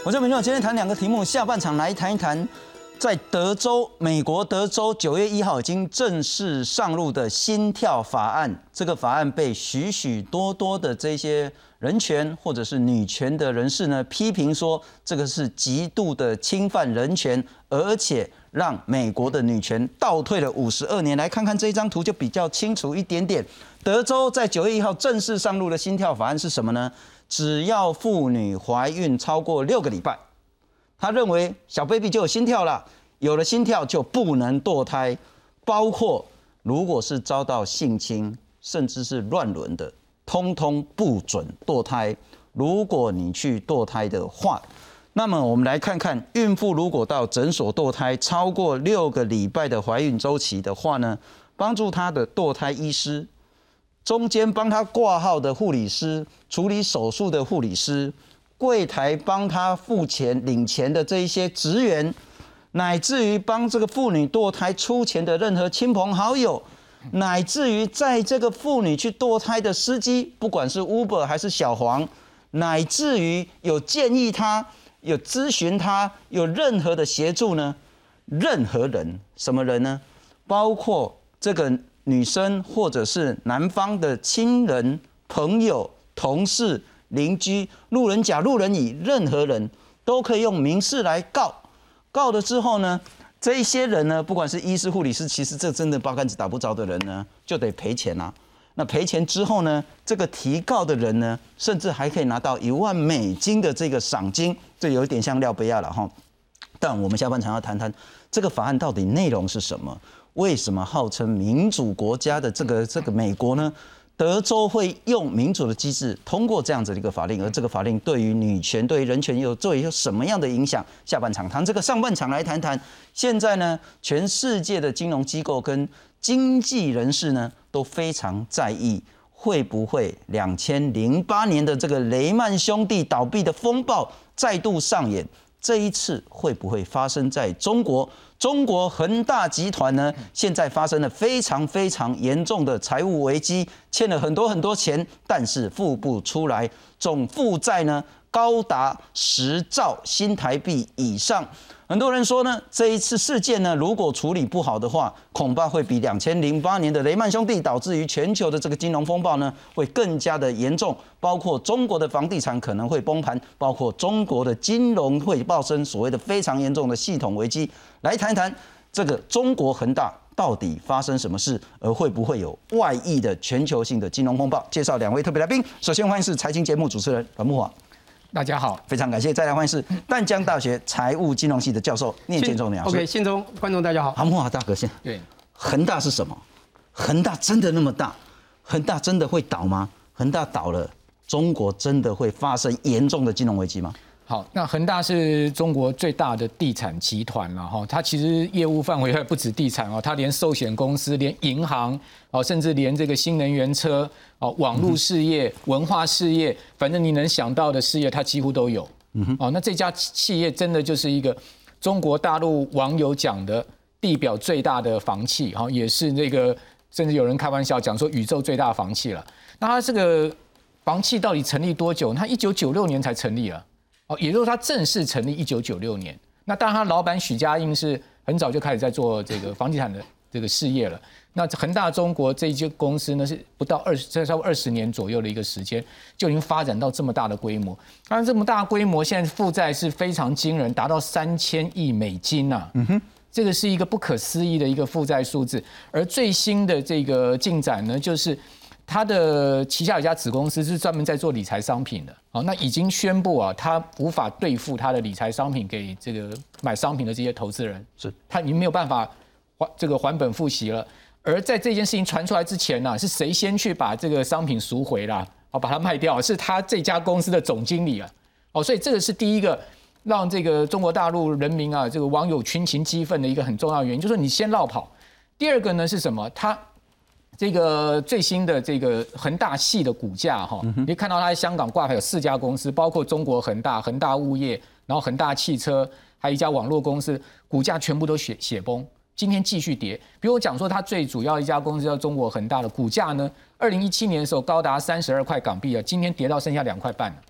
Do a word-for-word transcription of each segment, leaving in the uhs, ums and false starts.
我叫明佑，今天谈两个题目，下半场来谈一谈，在德州，美国德州九月一号已经正式上路的心跳法案。这个法案被许许多多的这些人权或者是女权的人士呢批评说，这个是极度的侵犯人权，而且让美国的女权倒退了五十二年。来看看这张图就比较清楚一点点。德州在九月一号正式上路的心跳法案是什么呢？只要妇女怀孕超过六个礼拜，他认为小 baby 就有心跳了，有了心跳就不能堕胎，包括如果是遭到性侵，甚至是乱伦的，通通不准堕胎。如果你去堕胎的话，那么我们来看看，孕妇如果到诊所堕胎超过六个礼拜的怀孕周期的话呢，帮助她的堕胎医师，中间帮她挂号的护理师，处理手术的护理师，柜台帮她付钱领钱的这一些职员，乃至于帮这个妇女堕胎出钱的任何亲朋好友，乃至于在这个妇女去堕胎的司机，不管是 Uber 还是小黄，乃至于有建议她、有咨询她、有任何的协助呢？任何人，什么人呢？包括这个女生或者是男方的亲人、朋友、同事、邻居、路人甲、路人乙，任何人都可以用民事来告。告了之后呢，这一些人呢，不管是医师、护理师，其实这真的八竿子打不着的人呢，就得赔钱啊。那赔钱之后呢，这个提告的人呢，甚至还可以拿到一万美金的这个赏金，这有一点像廖贝亚了哈。但我们下半场要谈谈这个法案到底内容是什么？为什么号称民主国家的这个这个美国呢？德州会用民主的机制通过这样子的一个法令，而这个法令对于女权、对于人权有做有什么样的影响？下半场谈这个，上半场来谈谈。现在呢，全世界的金融机构跟经济人士呢都非常在意，会不会两千零八年的这个雷曼兄弟倒闭的风暴再度上演？这一次会不会发生在中国？中国恒大集团呢，现在发生了非常非常严重的财务危机，欠了很多很多钱，但是付不出来，总负债呢高达十兆新台币以上。很多人说呢，这一次事件呢，如果处理不好的话，恐怕会比两千零八年的雷曼兄弟导致于全球的这个金融风暴呢，会更加的严重。包括中国的房地产可能会崩盘，包括中国的金融会爆生所谓的非常严重的系统危机。来谈谈这个中国恒大到底发生什么事，而会不会有外溢的全球性的金融风暴？介绍两位特别来宾，首先欢迎是财经节目主持人阮慕骅。 大家好， 非常感谢。再来欢迎是淡江大学财务金融系的教授聂建中老师。 OK， 宪忠观众大家好。 好，慕骅大哥先。 对， 恒大是什么？恒大真的那么大？恒大真的会倒吗？恒大倒了，中国真的会发生严重的金融危机吗？ 好，那恒大是中国最大的地产集团了哈，它其实业务范围还不止地产哦，它连寿险公司、连银行哦，甚至连这个新能源车哦、网络事业、文化事业，反正你能想到的事业，它几乎都有。哦，那这家企业真的就是一个中国大陆网友讲的地表最大的房企，哈，也是那个甚至有人开玩笑讲说宇宙最大的房企了。那它这个房企到底成立多久？它一九九六年才成立啊。哦，也就是它正式成立一九九六年。那当然，他老板许家印是很早就开始在做这个房地产的这个事业了。那恒大中国这一间公司呢，是不到二十，差不多二十年左右的一个时间，就已经发展到这么大的规模。当然，这么大规模，现在负债是非常惊人，达到三千亿美金呐。嗯哼，这个是一个不可思议的一个负债数字。而最新的这个进展呢，就是他的旗下有一家子公司是专门在做理财商品的，好，那已经宣布啊，他无法兑付他的理财商品给这个买商品的这些投资人，是他已经没有办法还这个还本付息了。而在这件事情传出来之前呢、啊，是谁先去把这个商品赎回啦？哦，把它卖掉，是他这家公司的总经理啊。哦，所以这个是第一个让这个中国大陆人民啊，这个网友群情激愤的一个很重要的原因，就是你先落跑。第二个呢是什么？他这个最新的这个恒大系的股价哈，你看到它在香港挂牌有四家公司，包括中国恒大、恒大物业，然后恒大汽车，还有一家网络公司，股价全部都血血崩。今天继续跌，比如我讲说，它最主要一家公司叫中国恒大的股价呢，二零一七年的时候高达三十二块港币啊，今天跌到剩下两块半了。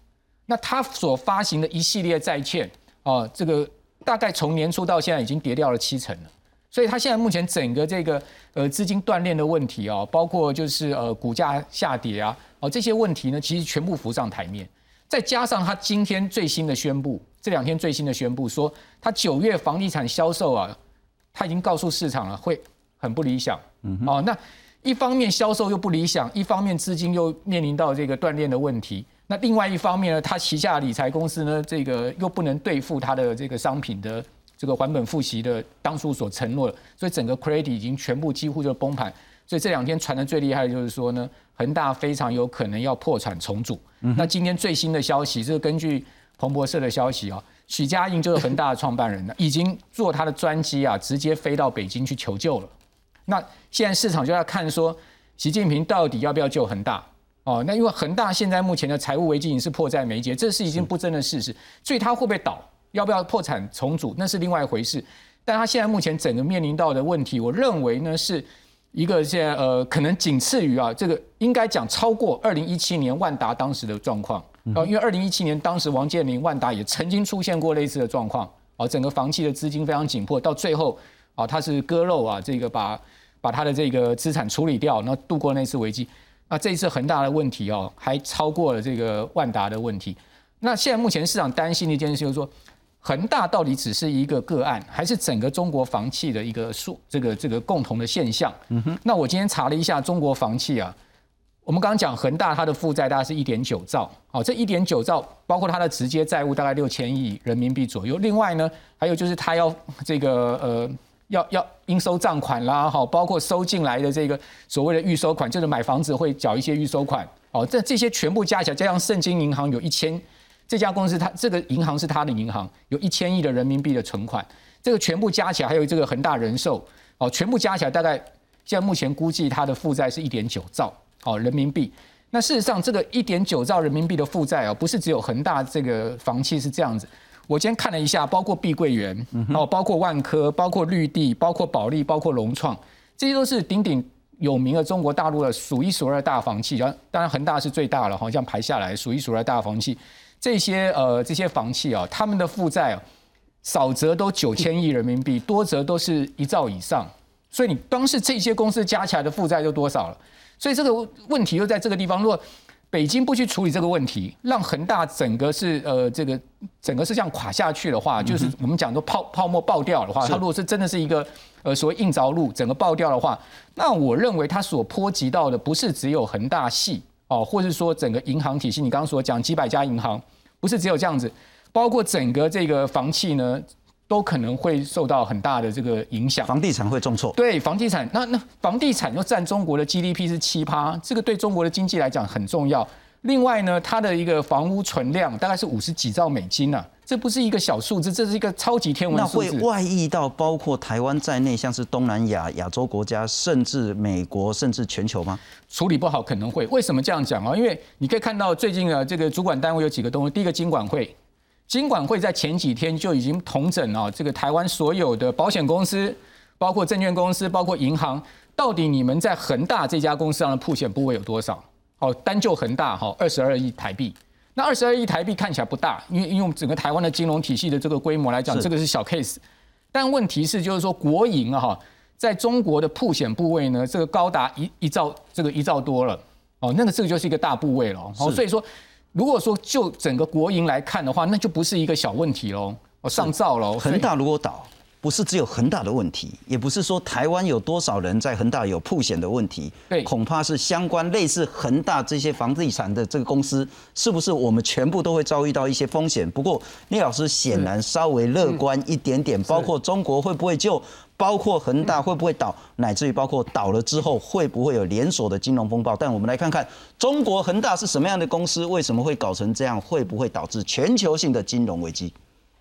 那它所发行的一系列债券，哦，这个大概从年初到现在已经跌掉了七成了。所以它现在目前整个这个呃资金断裂的问题哦，包括就是呃股价下跌啊，哦这些问题呢，其实全部浮上台面。再加上它今天最新的宣布，这两天最新的宣布说，它九月房地产销售啊，它已经告诉市场了会很不理想。嗯，哦，那一方面销售又不理想，一方面资金又面临到这个断裂的问题。那另外一方面呢，它旗下的理财公司呢，这个又不能兑付它的这个商品的这个还本付息的当初所承诺的，所以整个 credit 已经全部几乎就崩盘。所以这两天传的最厉害的就是说呢，恒大非常有可能要破产重组。嗯、那今天最新的消息，这是根据彭博社的消息啊，许家印就是恒大的创办人，已经坐他的专机啊，直接飞到北京去求救了。那现在市场就要看说，习近平到底要不要救恒大？哦，那因为恒大现在目前的财务危机已经是迫在眉睫，这是已经不争的事实，所以他会不会倒？要不要破产重组，那是另外一回事。但他现在目前整个面临到的问题，我认为呢是一个现在呃可能仅次于啊这个应该讲超过二零一七年万达当时的状况。哦，因为二零一七年当时王健林万达也曾经出现过类似的状况。哦，整个房企的资金非常紧迫，到最后啊他是割肉啊这个把把他的这个资产处理掉，然后度过那次危机。那这一次恒大的问题哦还超过了这个万达的问题。那现在目前市场担心的一件事就是说，恒大到底只是一个个案，还是整个中国房企的一个数这个这个共同的现象？嗯哼。那我今天查了一下中国房企啊，我们刚刚讲恒大它的负债大概是一点九兆，好，这一点九兆包括它的直接债务大概六千亿人民币左右。另外呢，还有就是它要这个呃要要应收账款啦，好，包括收进来的这个所谓的预收款，就是买房子会缴一些预收款，哦，这这些全部加起来，加上盛京银行有一千。这家公司它这个银行是它的银行，有一千亿的人民币的存款，这个全部加起来，还有这个恒大人寿，哦，全部加起来大概现在目前估计它的负债是一点九兆哦人民币。那事实上，这个一点九兆人民币的负债哦，不是只有恒大这个房企是这样子。我今天看了一下，包括碧桂园哦，包括万科，包括绿地，包括保利，包括融创，这些都是鼎鼎有名的中国大陆的数一数二大房企。当然恒大是最大了，好像排下来数一数二大房企。这些呃这些房企啊，他们的负债啊，少则都九千亿人民币，多则都是一兆以上。所以你光是这些公司加起来的负债就多少了？所以这个问题就在这个地方。如果北京不去处理这个问题，让恒大整个是呃这个整个是这样垮下去的话，就是我们讲说泡泡沫爆掉的话，它如果是真的是一个呃所谓硬着陆，整个爆掉的话，那我认为它所波及到的不是只有恒大系。哦，或是说整个银行体系，你刚刚所讲几百家银行，不是只有这样子，包括整个这个房企呢，都可能会受到很大的这个影响。 房地产会重挫。 对，房地产，那那房地产又占中国的 G D P 是七趴，这个对中国的经济来讲很重要。另外呢，它的一个房屋存量大概是五十几兆美金啊，这不是一个小数字，这是一个超级天文数字。 那会外溢到包括台湾在内，像是东南亚、亚洲国家，甚至美国，甚至全球吗？ 处理不好可能会。为什么这样讲啊？因为你可以看到最近的这个主管单位有几个东西。第一个，金管会，金管会在前几天就已经统整啊，这个台湾所有的保险公司，包括证券公司，包括银行，到底你们在恒大这家公司上的曝险部位有多少？哦，单就恒大哈，二十二亿台币。那二十二亿台币看起来不大，因为因为我们整个台湾的金融体系的这个规模来讲，这个是小 case。但问题是，就是说国营啊哈，在中国的曝险部位呢，这个高达一一兆，这个一兆多了。哦，那个这个就是一个大部位了。哦，所以说，如果说就整个国营来看的话，那就不是一个小问题喽，哦，上兆喽。 恒大如果倒，不是只有恒大的问题，也不是说台湾有多少人在恒大有曝险的问题， 对， 恐怕是相关类似恒大这些房地产的这个公司，是不是我们全部都会遭遇到一些风险？不过聂老师显然稍微乐观一点点，包括中国会不会救，包括恒大会不会倒，乃至于包括倒了之后会不会有连锁的金融风暴。但我们来看看中国恒大是什么样的公司，为什么会搞成这样，会不会导致全球性的金融危机？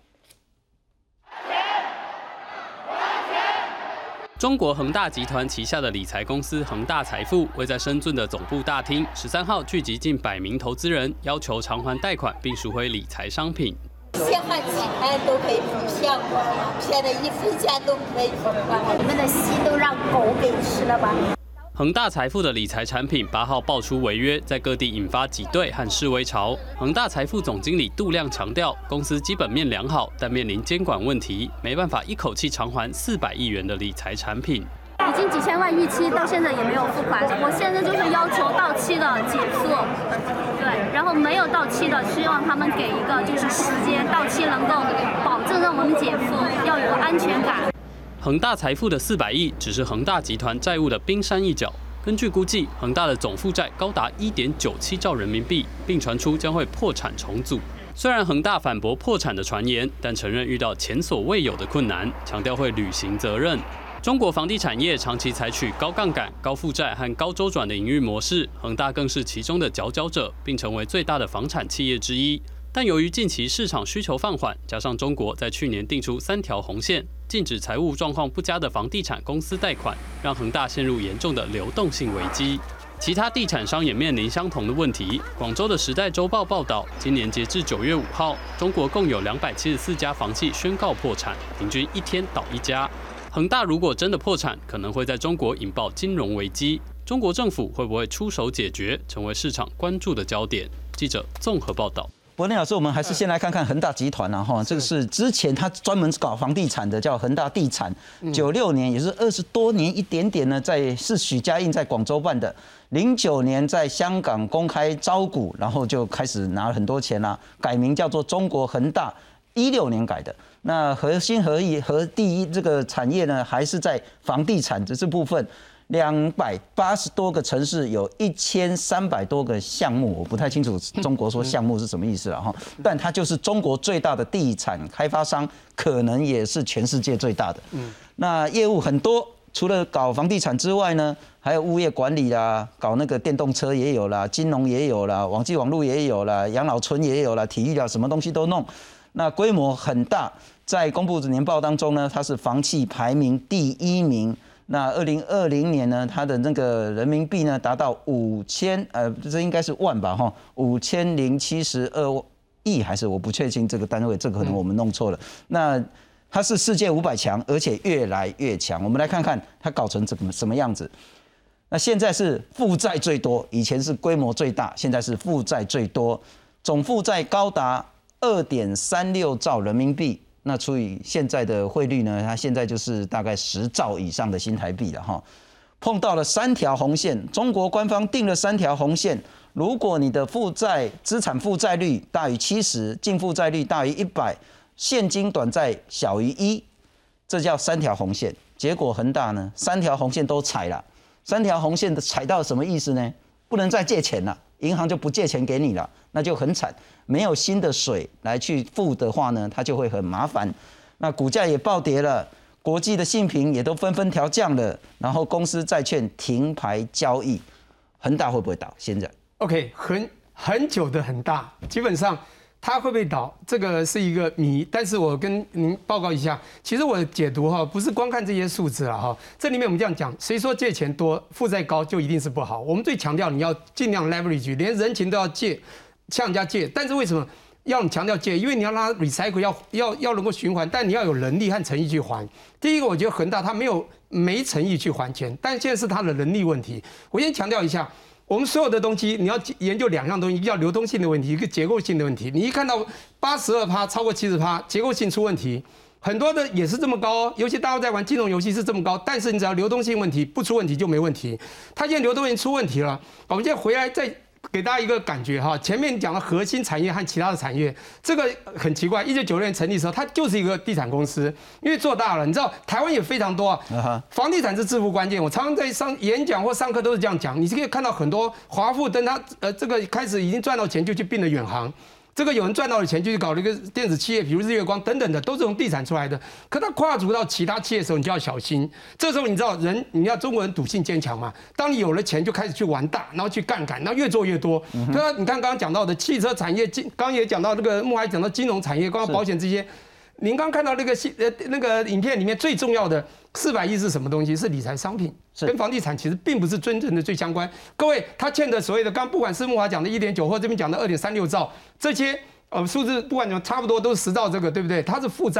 中国恒大集团旗下的理财公司恒大财富，位在深圳的总部大厅，十三号聚集近百名投资人，要求偿还贷款并赎回理财商品。 限还几天都可以不限还，现在一分钱都没有还，你们的息都让狗给吃了吧？ 恒大财富的理财产品八号爆出违约，在各地引发挤兑和示威潮。恒大财富总经理杜亮强调，公司基本面良好，但面临监管问题，没办法一口气偿还四百亿元的理财产品。 已经几千万逾期，到现在也没有付款。我现在就是要求到期的解诉，对，然后没有到期的，希望他们给一个就是时间到期能够保证让我们解付，要有安全感。 恒大财富的四百亿只是恒大集团债务的冰山一角。根据估计，恒大的总负债高达一点九七兆人民币，并传出将会破产重组。虽然恒大反驳破产的传言，但承认遇到前所未有的困难，强调会履行责任。中国房地产业长期采取高杠杆、高负债和高周转的营运模式，恒大更是其中的佼佼者，并成为最大的房产企业之一。但由于近期市场需求放缓，加上中国在去年定出三条红线，禁止财务状况不佳的房地产公司贷款，让恒大陷入严重的流动性危机。其他地产商也面临相同的问题。广州的《时代周报》报道，今年截至九月五号，中国共有两百七十四家房企宣告破产，平均一天倒一家。恒大如果真的破产，可能会在中国引爆金融危机。中国政府会不会出手解决，成为市场关注的焦点。记者综合报道。 伯内老师，我们还是先来看看恒大集团啊，哈，这个是之前他专门搞房地产的，叫恒大地产，九六年也是二十多年一点点呢，在是许家印在广州办的，零九年在香港公开招股，然后就开始拿了很多钱啦、啊，改名叫做中国恒大，一六年改的。那核心合一和第一这个产业呢，还是在房地产的这部分。两百八十多个城市，有一千三百多个项目，我不太清楚中国说项目是什么意思了哈，但它就是中国最大的地产开发商，可能也是全世界最大的。那业务很多，除了搞房地产之外呢，还有物业管理啦，搞那个电动车也有啦，金融也有啦，网际网络也有啦，养老村也有啦，体育啊，什么东西都弄。那规模很大，在公布的年报当中呢，它是房企排名第一名。那二零二零年呢，它的那个人民币呢达到五千，呃，这应该是万吧，哈，五千零七十二亿还是我不确定这个单位，这个可能我们弄错了。那它是世界五百强，而且越来越强。我们来看看它搞成怎么什么样子。那现在是负债最多，以前是规模最大，现在是负债最多，总负债高达二点三六兆人民币。那除以现在的汇率呢，它现在就是大概十兆以上的新台币了哈。碰到了三条红线，中国官方定了三条红线，如果你的负债资产负债率大于七十，净负债率大于一百，现金短债小于一，这叫三条红线。结果恒大呢，三条红线都踩了，三条红线的踩到什么意思呢？不能再借钱了，银行就不借钱给你了，那就很惨。没有新的水来去付的话呢，它就会很麻烦。那股价也暴跌了，国际的信评也都纷纷调降了，然后公司债券停牌交易，恒大会不会倒？现在 ？OK， 很很久的恒大，基本上它会不会倒，这个是一个谜。但是我跟您报告一下，其实我的解读哈，不是光看这些数字了哈。这里面我们这样讲，谁说借钱多、负债高就一定是不好？我们最强调你要尽量 leverage， 连人情都要借。向人家借，但是为什么要你强调借？因为你要让它 recycle， 要要要能够循环，但你要有能力和诚意去还。第一个，我觉得恒大它没有没诚意去还钱，但现在是它的能力问题。我先强调一下，我们所有的东西你要研究两样东西，一个叫流动性的问题，一个结构性的问题。你一看到八十二趴超过七十趴，结构性出问题。很多的也是这么高哦，尤其大家在玩金融游戏是这么高，但是你只要流动性问题不出问题就没问题。它现在流动性出问题了，我们现在回来再。给大家一个感觉哈，前面讲的核心产业和其他的产业，这个很奇怪。一九九六年成立的时候，它就是一个地产公司，因为做大了，你知道台湾也非常多啊。房地产是致富关键，我常常在上演讲或上课都是这样讲。你是可以看到很多华富等它呃这个开始已经赚到钱就去并了远航。这个有人赚到了钱就去搞了一个电子企业，比如日月光等等的，都是从地产出来的。可它跨足到其他企业的时候，你就要小心。这时候你知道人，你要中国人赌性坚强嘛？当你有了钱，就开始去玩大，然后去杠杆，然后越做越多。嗯、对啊，你看刚刚讲到的汽车产业，金刚刚也讲到那个穆还讲到金融产业，刚刚保险这些。您刚看到那个呃那个影片里面最重要的四百亿是什么东西？是理财商品，跟房地产其实并不是真正的最相关。各位，他欠的所谓的刚不管是穆华讲的一点九，或这边讲的二点三六兆，这些呃数字不管怎么差不多都是十兆这个，对不对？它是负债。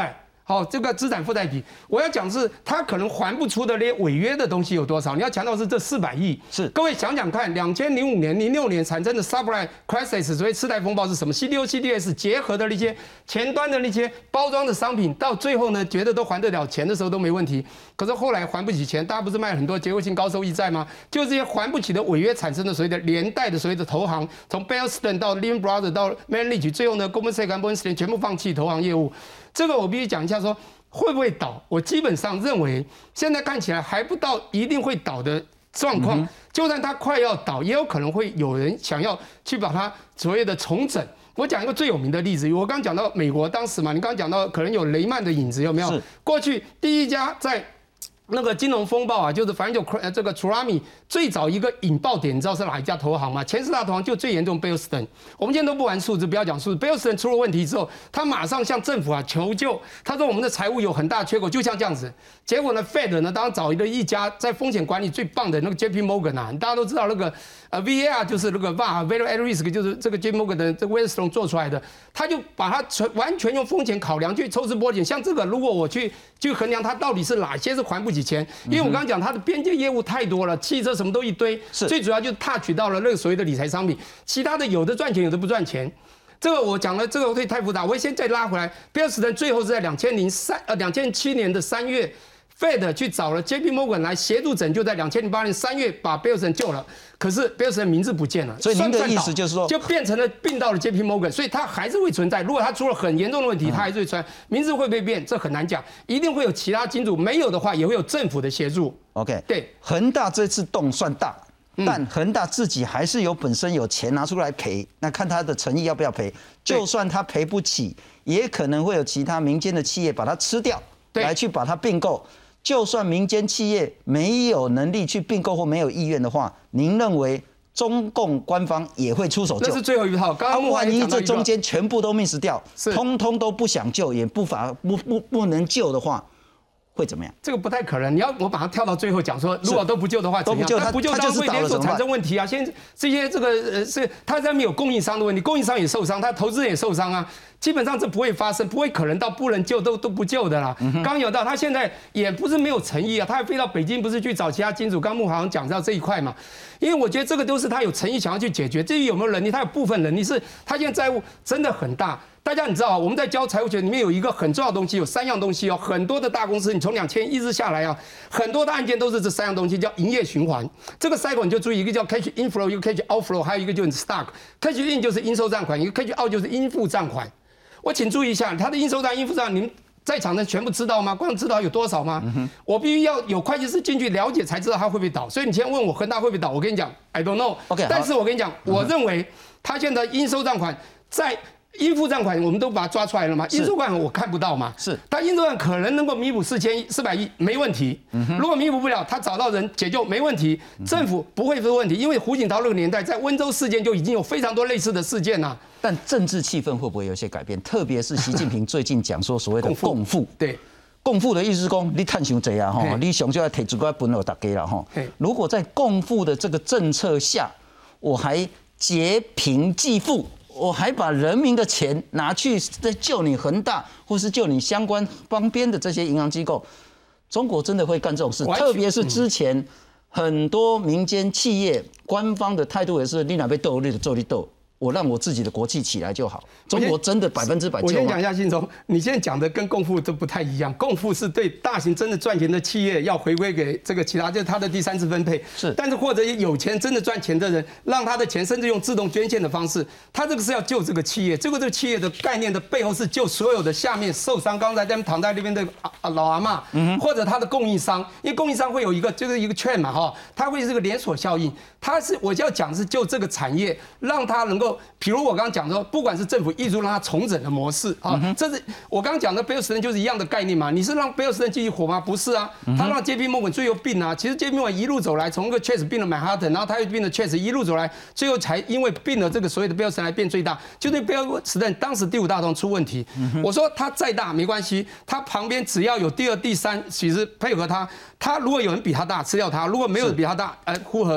好，这个资产负债比，我要讲是它可能还不出的那些违约的东西有多少？你要强调是这四百亿。 是， 各位想想看，两千零五年、零六年产生的 subprime crisis， 所谓次贷风暴是什么 ？C D O、C D S 结合的那些前端的那些包装的商品，到最后呢，觉得都还得了钱的时候都没问题，可是后来还不起钱，大家不是卖很多结构性高收益债吗？就这些还不起的违约产生的所谓的连带的所谓的投行，从 Bear Stearns 到 Lehman Brothers 到 Merrill Lynch， 最后呢 Goldman Sachs 和 Morgan Stanley 全部放弃投行业务。这个我必须讲一下说，说会不会倒？我基本上认为，现在看起来还不到一定会倒的状况。嗯、就算它快要倒，也有可能会有人想要去把它所谓的重整。我讲一个最有名的例子，我刚刚讲到美国当时嘛，你刚刚讲到可能有雷曼的影子，有没有？过去第一家在那个金融风暴啊，就是反正就这个 Tsunami 最早一个引爆点，你知道是哪一家投行吗？前四大投行就最严重 Bear Stearns。我们今天都不玩数字，不要讲数字。Bear Stearns 出了问题之后，他马上向政府啊求救，他说我们的财务有很大缺口，就像这样子。结果呢 ，Fed 呢当然找了一家在风险管理最棒的那个 J P Morgan 啊，大家都知道那个呃 V A R 就是那个 V A R Value at Risk 就是这个 J P Morgan 的这个 Wellstone 做出来的，他就把它全完全用风险考量去抽丝剥茧。像这个，如果我去去衡量它到底是哪些是还不起钱，因为我刚刚讲它的边界业务太多了，汽车什么都一堆，最主要就是 touch 到了那个所谓的理财商品，其他的有的赚钱，有的不赚钱。这个我讲了，这个会太复杂，我先再拉回来。Bear Stearns 最后是在两千零三呃两千七年的三月 ，Fed 去找了 J P Morgan 来协助拯救，在两千零八年三月把 Bear Stearns 救了。可是 Bear Stearns 名字不见了， 所以您的意思就是说， 就变成了并到了 J P Morgan， 所以它还是会存在。如果它出了很严重的问题，它还是会存在。名字会不会变？这很难讲，一定会有其他金主，没有的话也会有政府的协助。 OK， 对， 恒大这次动算大。但恒大自己还是有本身有钱拿出来赔，那看他的诚意要不要赔。就算他赔不起，也可能会有其他民间的企业把它吃掉，来去把它并购。就算民间企业没有能力去并购或没有意愿的话，您认为中共官方也会出手救？ 那是最后一套。刚刚万一这中间全部都 miss 掉，通通都不想救，也不法不不不能救的话。会怎么样？ 这个不太可能。你要我把它跳到最后讲说，如果都不救的话， 都不救， 不救，它会连锁产生问题啊。先这些这个呃是它上面有供应商的问题，供应商也受伤，它投资人也受伤啊。基本上这不会发生，不会可能到不能救都都不救的啦。刚刚有到他现在也不是没有诚意啊，他还飞到北京，不是去找其他金主。刚木好像讲到这一块嘛，因为我觉得这个都是他有诚意想要去解决。至于有没有能力，他有部分能力是，他现在债务真的很大。大家你知道，我们在教财务学里面有一个很重要的东西，有三样东西哦。很多的大公司，你从两千一直下来啊，很多的案件都是这三样东西，叫营业循环。这个 cycle 你就注意，一个叫 cash inflow， 一个 cash outflow， 还有一个就是 stock。cash in 就是应收账款，一个 cash out 就是应付账款。我请注意一下，他的应收账、应付账，你们在场的全部知道吗？光知道有多少吗？嗯、我必须要有会计师进去了解，才知道他会不会倒。所以你今天问我恒大会不会倒，我跟你讲 ，I don't know。OK， 但是我跟你讲，我认为他现在应收账款在。应付账款我们都把它抓出来了嘛？应收账款我看不到嘛？ 是， 但应收账可能能够弥补四千四百亿，没问题。嗯、如果弥补不了，他找到人解救没问题，政府不会出问题，因为胡锦涛那个年代在温州事件就已经有非常多类似的事件了。 但政治气氛会不会有些改变？特别是习近平最近讲说所谓的共富， 对， 共富的意思是讲你赚伤济啊哈，你想就要提出个本落大家了哈。如果在共富的这个政策下，我还劫贫济富。我还把人民的钱拿去在救你恒大，或是救你相关旁边的这些银行机构，中国真的会干这种事？特别是之前很多民间企业官方的态度也是，你哪被斗，你就做你斗。我让我自己的国企起来就好。中国真的百分之百救吗？ 我先讲一下，信忠，你现在讲的跟共富都不太一样。共富是对大型真的赚钱的企业要回归给这个其他，就是他的第三次分配。 是， 但是或者有钱真的赚钱的人，让他的钱甚至用自动捐献的方式，他这个是要救这个企业。这个这个企业的概念的背后是救所有的下面受伤，刚才他们躺在那边的啊老阿嬷，嗯，或者他的供应商，因为供应商会有一个就是一个券嘛哈，它会是个连锁效应。它是我就要讲是就这个产业，让它能够。比如我刚刚讲说，不管是政府挹注让它重整的模式啊，这是我刚刚讲的 Bear Stearns 就是一样的概念嘛。你是让 Bear Stearns 继续活吗？不是啊，他让 J P Morgan 最后并啊。其实 J P Morgan 一路走来，从一个 Chase 并了 Manhattan， 然后他又并了 Chase， 一路走来，最后才因为并了这个所谓的 Bear Stearns 来变最大。就对 Bear Stearns 当时第五大通出问题，我说他再大没关系，他旁边只要有第二、第三，其实配合他。他如果有人比他大，吃掉他；如果没有人比他大，呃，呼和。比如我随便。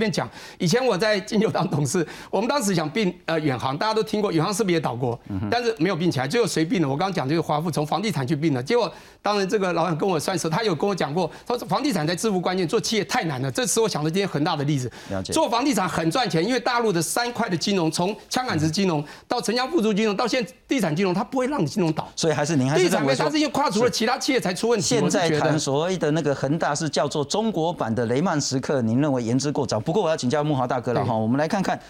便讲，以前我在金牛当董事，我们当时想并呃远航，大家都听过，远航是不是也倒过？但是没有并起来，最后谁并了？我刚刚讲就是华富从房地产去并了，结果当然这个老板跟我算时候，他有跟我讲过，他说房地产才致富关键，做企业太难了。这次我想到今天恒大的例子，做房地产很赚钱，因为大陆的三块的金融，从枪杆子金融到城乡富足金融，到现在地产金融，它不会让你金融倒。 所以还是您还是地产它是因为跨足了其他企业才出问题。 现在谈所谓的那个恒大是叫做中国版的雷曼时刻，您认为言之过早？不过我要请教慕骅大哥了哈，我们来看看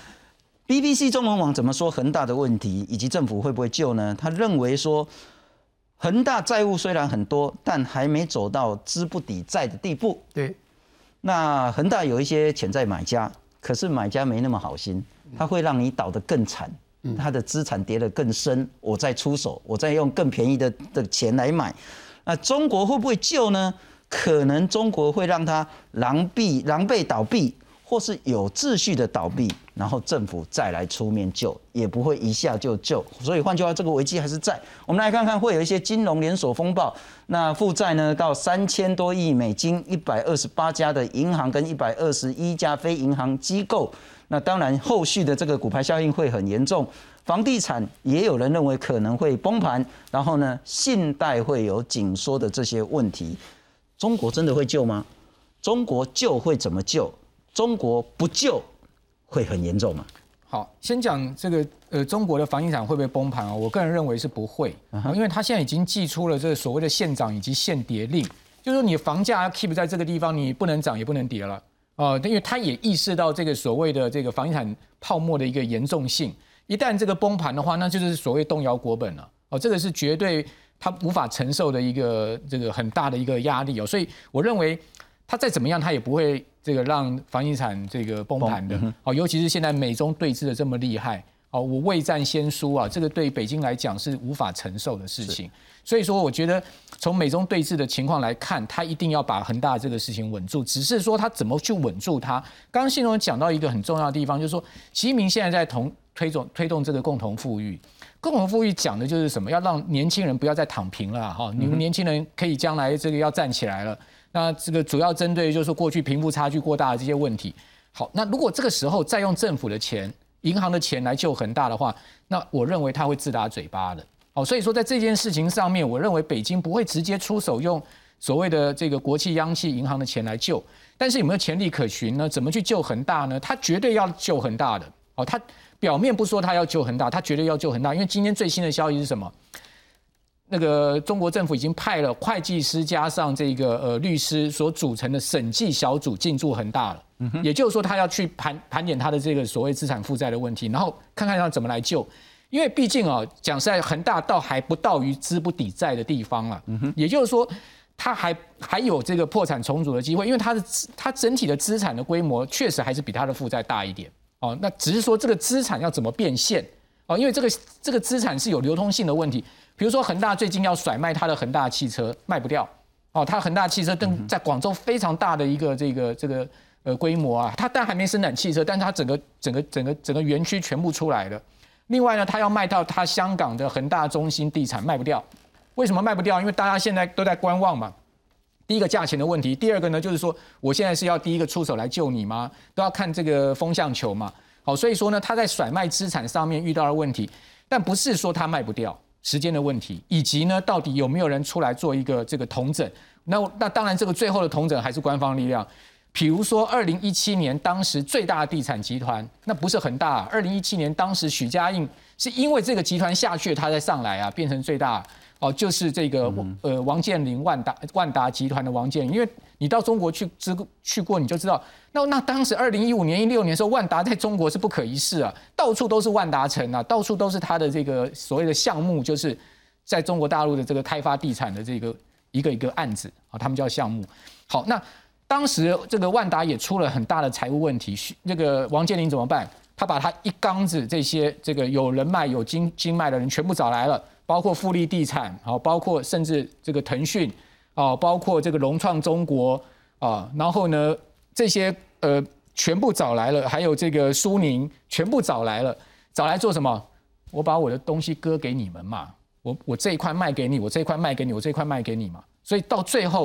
B B C 中文网怎么说恒大的问题，以及政府会不会救呢？他认为说，恒大债务虽然很多，但还没走到资不抵债的地步。 对， 那恒大有一些潜在买家，可是买家没那么好心，他会让你倒得更惨。他的资产跌得更深，我再出手，我再用更便宜的的钱来买。那中国会不会救呢？可能中国会让他狼狈、狼狈倒闭，或是有秩序的倒闭，然后政府再来出面救，也不会一下就救。所以换句话，这个危机还是在。我们来看看，会有一些金融连锁风暴。那负债呢到三千多亿美金，一百二十八家的银行跟一百二十一家非银行机构。那当然，后续的这个骨牌效应会很严重，房地产也有人认为可能会崩盘，然后呢，信贷会有紧缩的这些问题。中国真的会救吗？中国救会怎么救？中国不救会很严重吗？ 好，先讲这个呃，中国的房地产会不会崩盘啊？我个人认为是不会，因为它现在已经祭出了这个所谓的限涨以及限跌令，就是说你房价要 keep 在这个地方，你不能涨也不能跌了。哦，因为他也意识到这个所谓的这个房地产泡沫的一个严重性，一旦这个崩盘的话，那就是所谓动摇国本了。哦，这个是绝对他无法承受的一个这个很大的一个压力哦。所以我认为他再怎么样，他也不会这个让房地产这个崩盘的。哦，尤其是现在美中对峙的这么厉害，哦，我未战先输啊，这个对北京来讲是无法承受的事情。所以说，我觉得从美中对峙的情况来看，他一定要把恒大这个事情稳住。只是说他怎么去稳住它。刚刚信荣讲到一个很重要的地方，就是说，习近平现在在同推动推动这个共同富裕。共同富裕讲的就是什么？要让年轻人不要再躺平了哈，你们年轻人可以将来这个要站起来了。那这个主要针对就是过去贫富差距过大的这些问题。好，那如果这个时候再用政府的钱、银行的钱来救恒大的话，那我认为他会自打嘴巴的。哦，所以说在这件事情上面，我认为北京不会直接出手用所谓的这个国企、央企、银行的钱来救，但是有没有潜力可循呢？怎么去救恒大呢？他绝对要救恒大的。哦，他表面不说他要救恒大，他绝对要救恒大，因为今天最新的消息是什么？那个中国政府已经派了会计师加上这个呃律师所组成的审计小组进驻恒大了，嗯、也就是说他要去盘盘点他的这个所谓资产负债的问题，然后看看要怎么来救。因为毕竟啊，讲实在，恒大倒还不到于资不抵债的地方了，嗯、也就是说，它还还有这个破产重组的机会，因为它的它整体的资产的规模确实还是比它的负债大一点哦。那只是说这个资产要怎么变现哦，因为这个这个资产是有流通性的问题。比如说恒大最近要甩卖它的恒大汽车，卖不掉哦，它恒大汽车登在广州非常大的一个这个这个呃规模啊，它但还没生产汽车，但是它整个整个整个整个园区全部出来了。另外呢，他要卖到他香港的恒大中心地产卖不掉，为什么卖不掉？因为大家现在都在观望嘛。第一个价钱的问题，第二个呢就是说，我现在是要第一个出手来救你吗？都要看这个风向球嘛。好，所以说呢，他在甩卖资产上面遇到了问题，但不是说他卖不掉，时间的问题，以及呢，到底有没有人出来做一个这个统整？那那当然，这个最后的统整还是官方力量。比如说，二零一七年当时最大的地产集团，那不是恒大、啊。二零一七年当时许家印是因为这个集团下去，他才上来啊，变成最大哦，就是这个呃王健林万达万达集团的王健林。因为你到中国去去过，你就知道，那那当时二零一五年、一六年的时候，万达在中国是不可一世啊，到处都是万达城啊，到处都是他的这个所谓的项目，就是在中国大陆的这个开发地产的这个一个一个案子啊，他们叫项目。好，那。当时这个万达也出了很大的财务问题，这个王健林怎么办？他把他一缸子这些这个有人脉、有经经脉的人全部找来了，包括富力地产，好，包括甚至这个腾讯，啊，包括这个融创中国啊，然后呢这些呃全部找来了，还有这个苏宁全部找来了，找来做什么？我把我的东西割给你们嘛，我我这一块卖给你，我这一块卖给你，我这一块卖给你嘛，所以到最后。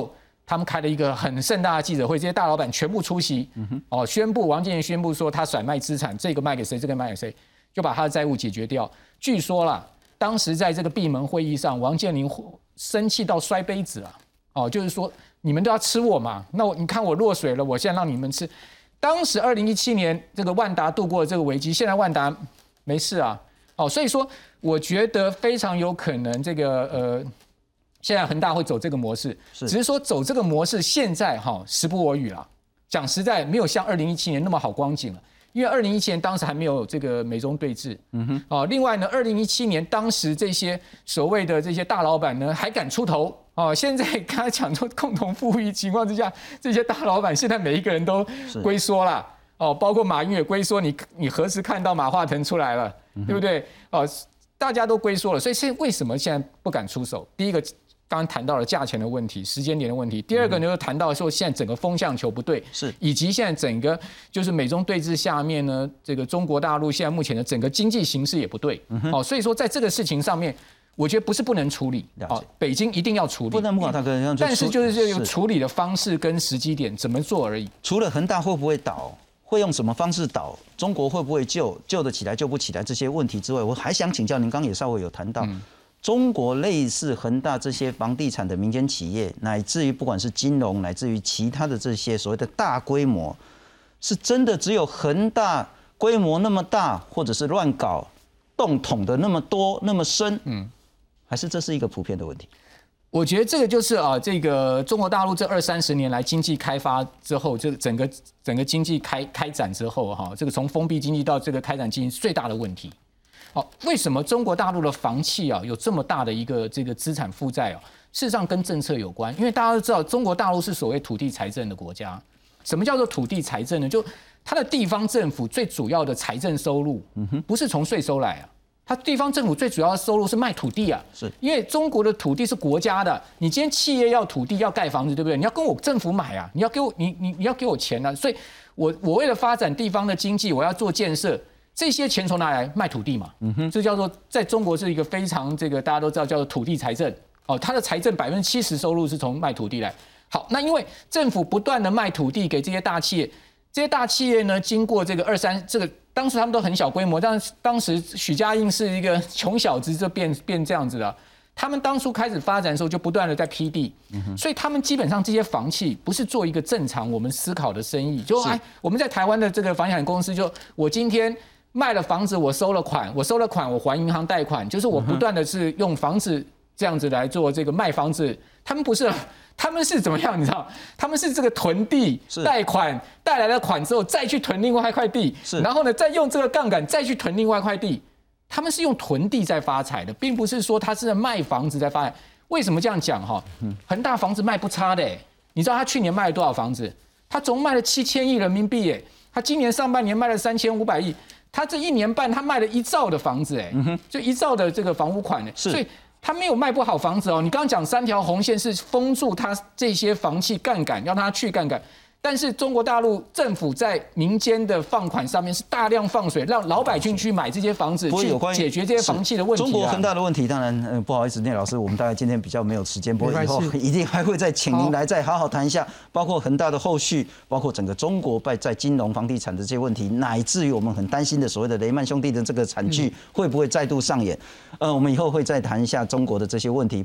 他们开了一个很盛大的记者会，这些大老板全部出席，哦，宣布王建言宣布说他甩卖资产，这个卖给谁，这个卖给谁，就把他的债务解决掉。据说啦，当时在这个闭门会议上，王健林生气到摔杯子啊，哦，就是说你们都要吃我嘛，那我你看我落水了，我现在让你们吃。当时二零一七年这个万达度过了这个危机，现在万达没事啊，哦，所以说我觉得非常有可能这个呃。现在恒大会走这个模式，只是说走这个模式，现在哈时不我与啦。讲实在，没有像二零一七年那么好光景了，因为二零一七年当时还没有这个美中对峙。嗯哼。哦，另外呢，二零一七年当时这些所谓的这些大老板呢，还敢出头。哦，现在刚才讲说共同富裕情况之下，这些大老板现在每一个人都龟缩了。哦，包括马云也龟缩，你你何时看到马化腾出来了，嗯、对不对？哦，大家都龟缩了，所以现在为什么现在不敢出手？第一个。刚刚谈到了价钱的问题、时间点的问题。第二个呢，又谈到说现在整个风向球不对，是以及现在整个就是美中对峙下面呢，这个中国大陆现在目前的整个经济形势也不对。嗯、哦，所以说在这个事情上面，我觉得不是不能处理，哦，北京一定要处理， 不能不搞大哥， 但是就是这个处理的方式跟时机点怎么做而已。 除了恒大会不会倒，会用什么方式倒，中国会不会救，救得起来救不起来这些问题之外，我还想请教您，刚刚也稍微有谈到。嗯中国类似恒大这些房地产的民间企业，乃至于不管是金融，乃至于其他的这些所谓的大规模，是真的只有恒大规模那么大，或者是乱搞、洞捅的那么多、那么深？嗯，还是这是一个普遍的问题？ 我觉得这个就是啊，这个中国大陆这二三十年来经济开发之后，这个整个整个经济开开展之后哈，这个从封闭经济到这个开展经济最大的问题。好，为什么中国大陆的房企啊有这么大的一个这个资产负债啊？事实上跟政策有关，因为大家都知道中国大陆是所谓土地财政的国家。什么叫做土地财政呢？就它的地方政府最主要的财政收入，不是从税收来啊，它地方政府最主要的收入是卖土地啊。是因为中国的土地是国家的，你今天企业要土地要盖房子，对不对？你要跟我政府买啊，你要给我你你你要给我钱啊，所以我我为了发展地方的经济，我要做建设。这些钱从哪来？卖土地嘛，嗯哼，这叫做在中国是一个非常这个大家都知道叫做土地财政哦，它的财政百分之七十收入是从卖土地来。好，那因为政府不断的卖土地给这些大企业，这些大企业呢，经过这个二三这个当时他们都很小规模，但当时许家印是一个穷小子，就变变这样子了。他们当初开始发展的时候，就不断的在批地，所以他们基本上这些房企不是做一个正常我们思考的生意，就哎我们在台湾的这个房地产公司，就我今天卖了房子，我收了款，我收了款，我还银行贷款，就是我不断的是用房子这样子来做这个卖房子，他们不是。他们是怎么样？你知道，他们是这个囤地、贷款带来了款之后，再去囤另外一块地，然后呢，再用这个杠杆再去囤另外一块地。他们是用囤地在发财的，并不是说他是在卖房子在发财。为什么这样讲？哈，恒大房子卖不差的，你知道他去年卖了多少房子？他总共卖了七千亿人民币，哎，他今年上半年卖了三千五百亿，他这一年半他卖了一兆的房子，哎，就一兆的这个房屋款，所以。他没有卖不好房子哦，你刚刚讲三条红线是封住他这些房企杠杆，让他去杠杆。但是中国大陆政府在民间的放款上面是大量放水，让老百姓去买这些房子，去解决这些房企的问题、啊。 中国恒大的问题，当然，呃，不好意思，聂老师，我们大概今天比较没有时间，不过以后一定还会再请您来再好好谈一下，包括恒大的后续，包括整个中国在在金融、房地产的这些问题，乃至于我们很担心的所谓的雷曼兄弟的这个惨剧会不会再度上演？呃，我们以后会再谈一下中国的这些问题。